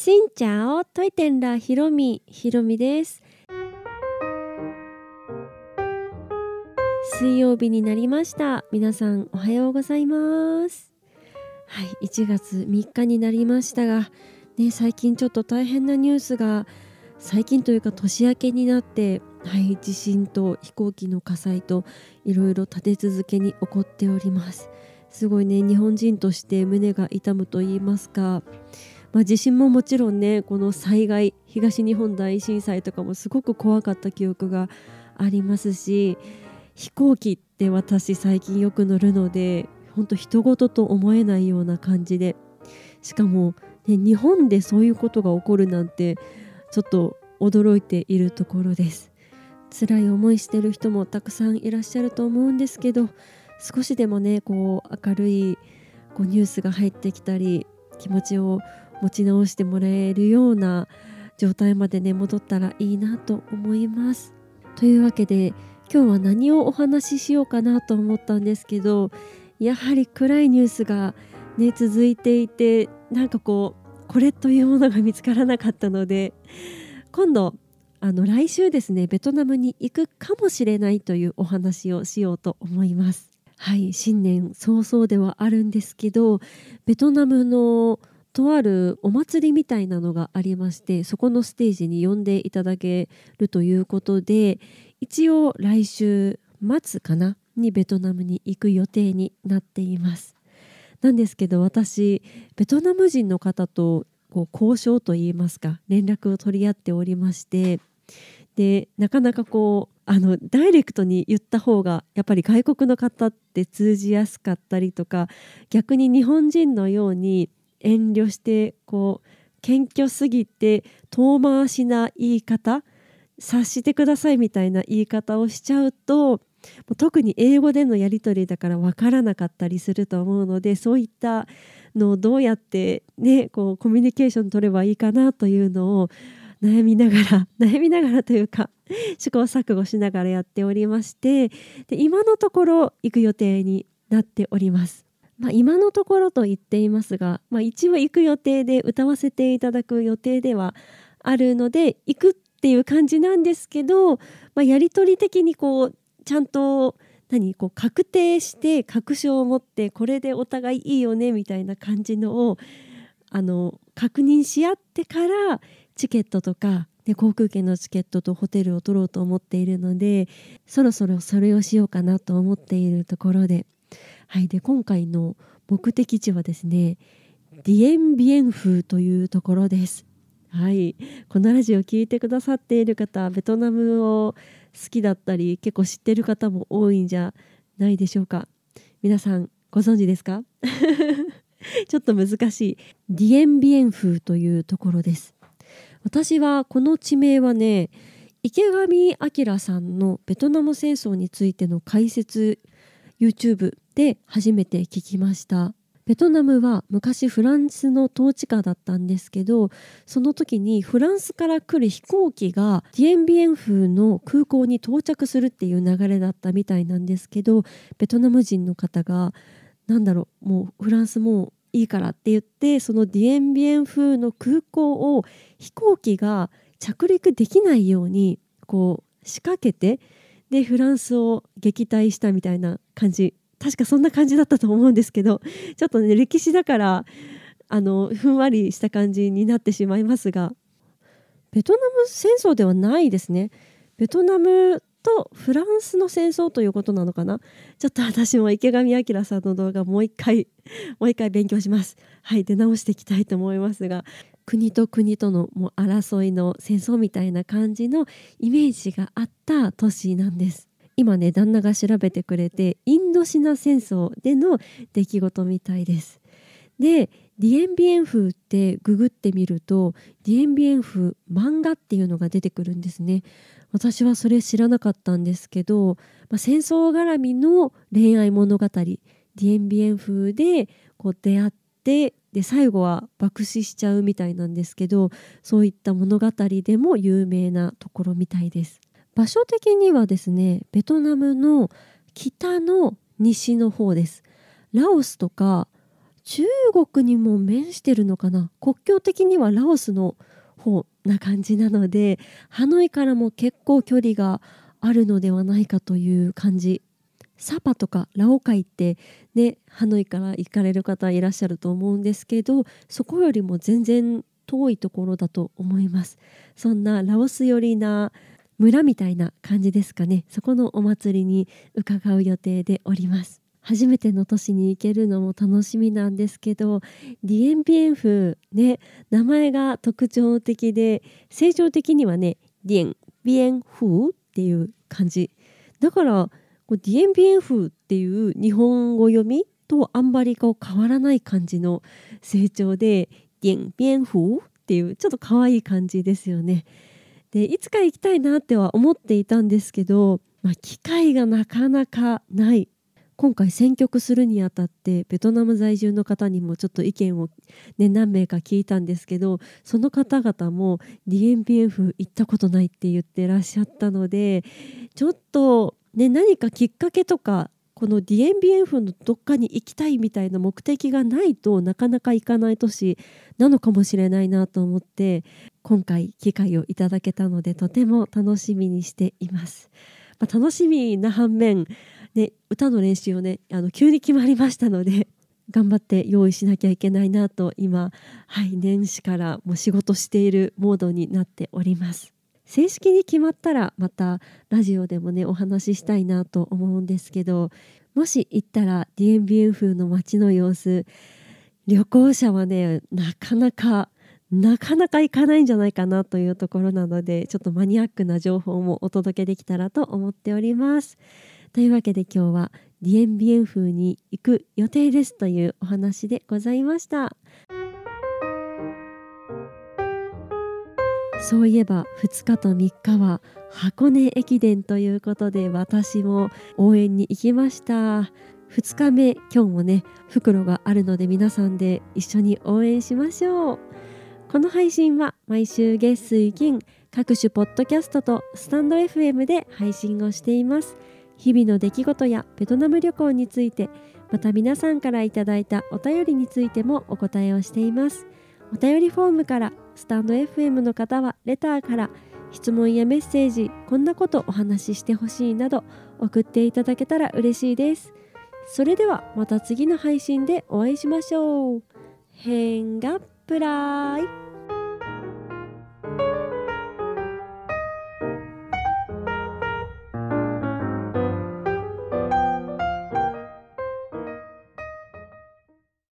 しんちゃおトイテンラひろみです。水曜日になりました。皆さんおはようございます。はい、1月3日になりましたが、ね、最近ちょっと大変なニュースが最近というか年明けになって、地震と飛行機の火災といろいろ立て続けに起こっております。すごいね、日本人として胸が痛むと言いますか、地震ももちろんね、この災害、東日本大震災とかもすごく怖かった記憶がありますし、飛行機って私最近よく乗るので、本当人事と思えないような感じで、しかも、ね、日本でそういうことが起こるなんてちょっと驚いているところです。辛い思いしてる人もたくさんいらっしゃると思うんですけど、少しでもね、こう明るいニュースが入ってきたり、気持ちを持ち直してもらえるような状態までね、戻ったらいいなと思います。というわけで、今日は何をお話ししようかなと思ったんですけど、やはり暗いニュースがね、続いていて、なんかこれというものが見つからなかったので、今度来週ですね、ベトナムに行くかもしれないというお話をしようと思います。はい、新年早々ではあるんですけど、ベトナムのとあるお祭りみたいなのがありまして、そこのステージに呼んでいただけるということで、一応来週末かなにベトナムに行く予定になっています。なんですけど、私ベトナム人の方と交渉といいますか、連絡を取り合っておりまして、でなかなかダイレクトに言った方がやっぱり外国の方って通じやすかったりとか、逆に日本人のように遠慮して謙虚すぎて遠回しな言い方、察してくださいみたいな言い方をしちゃうと、もう特に英語でのやり取りだから分からなかったりすると思うので、そういったのをどうやってね、コミュニケーション取ればいいかなというのを悩みながらというか試行錯誤しながらやっておりまして、で今のところ行く予定になっております。今のところと言っていますが、一応行く予定で歌わせていただく予定ではあるので、行くっていう感じなんですけど、やり取り的にちゃんと確定して確証を持って、これでお互いいいよねみたいな感じのを確認し合ってからチケットとか、航空券のチケットとホテルを取ろうと思っているので、そろそろそれをしようかなと思っているところで、で今回の目的地はですね、ディエンビエンフというところです。このラジオを聞いてくださっている方、ベトナムを好きだったり結構知ってる方も多いんじゃないでしょうか。皆さんご存知ですか？ちょっと難しい。ディエンビエンフというところです。私はこの地名はね、池上彰さんのベトナム戦争についての解説 YouTube で初めて聞きました。ベトナムは昔フランスの統治下だったんですけど、その時にフランスから来る飛行機がディエンビエンフの空港に到着するっていう流れだったみたいなんですけど、ベトナム人の方がもうフランスもういいからって言って、そのディエンビエンフの空港を飛行機が着陸できないように仕掛けて、でフランスを撃退したみたいな感じ、確かそんな感じだったと思うんですけど、ちょっとね歴史だからふんわりした感じになってしまいますが、ベトナム戦争ではないですね。ベトナムとフランスの戦争ということなのかな。ちょっと私も池上彰さんの動画もう一回勉強します。出直していきたいと思いますが、国と国とのもう争いの戦争みたいな感じのイメージがあった都市なんです。今ね、旦那が調べてくれて、インドシナ戦争での出来事みたいです。でディエンビエンフってググってみると、ディエンビエンフ漫画っていうのが出てくるんですね。私はそれ知らなかったんですけど、戦争絡みの恋愛物語、ディエンビエンフで出会って、で最後は爆死しちゃうみたいなんですけど、そういった物語でも有名なところみたいです。場所的にはですね、ベトナムの北の西の方です。ラオスとか中国にも面してるのかな。国境的にはラオスの方な感じなので、ハノイからも結構距離があるのではないかという感じ。サパとかラオカイってね、ハノイから行かれる方いらっしゃると思うんですけど、そこよりも全然遠いところだと思います。そんなラオス寄りな村みたいな感じですかね。そこのお祭りに伺う予定でおります。初めての都市に行けるのも楽しみなんですけど、ディエンビエンフね、名前が特徴的で、成長的にはね、ディエンビエンフっていう感じだから、こうディエンビエンフっていう日本語読みとあんまりこう変わらない感じの成長で、ディエンビエンフっていうちょっと可愛い感じですよね。で、いつか行きたいなっては思っていたんですけど、機会がなかなかない。今回選曲するにあたってベトナム在住の方にもちょっと意見を、ね、何名か聞いたんですけど、その方々も DMBF 行ったことないって言ってらっしゃったので、ちょっと、ね、何かきっかけとかこの DMBF のどっかに行きたいみたいな目的がないとなかなか行かない都市なのかもしれないなと思って、今回機会をいただけたのでとても楽しみにしています。楽しみな反面、ね、歌の練習をね急に決まりましたので頑張って用意しなきゃいけないなと今、年始からもう仕事しているモードになっております。正式に決まったらまたラジオでもねお話ししたいなと思うんですけど、もし行ったら DMBF の街の様子、旅行者はねなかなか行かないんじゃないかなというところなので、ちょっとマニアックな情報もお届けできたらと思っております。というわけで今日はディエンビエン風に行く予定ですというお話でございました。そういえば2日と3日は箱根駅伝ということで、私も応援に行きました。2日目今日もね袋があるので、皆さんで一緒に応援しましょう。この配信は毎週月水金各種ポッドキャストとスタンド FM で配信をしています。日々の出来事やベトナム旅行について、また皆さんからいただいたお便りについてもお答えをしています。お便りフォームから、スタンド FM の方はレターから、質問やメッセージ、こんなことお話ししてほしいなど送っていただけたら嬉しいです。それではまた次の配信でお会いしましょう。変がプライ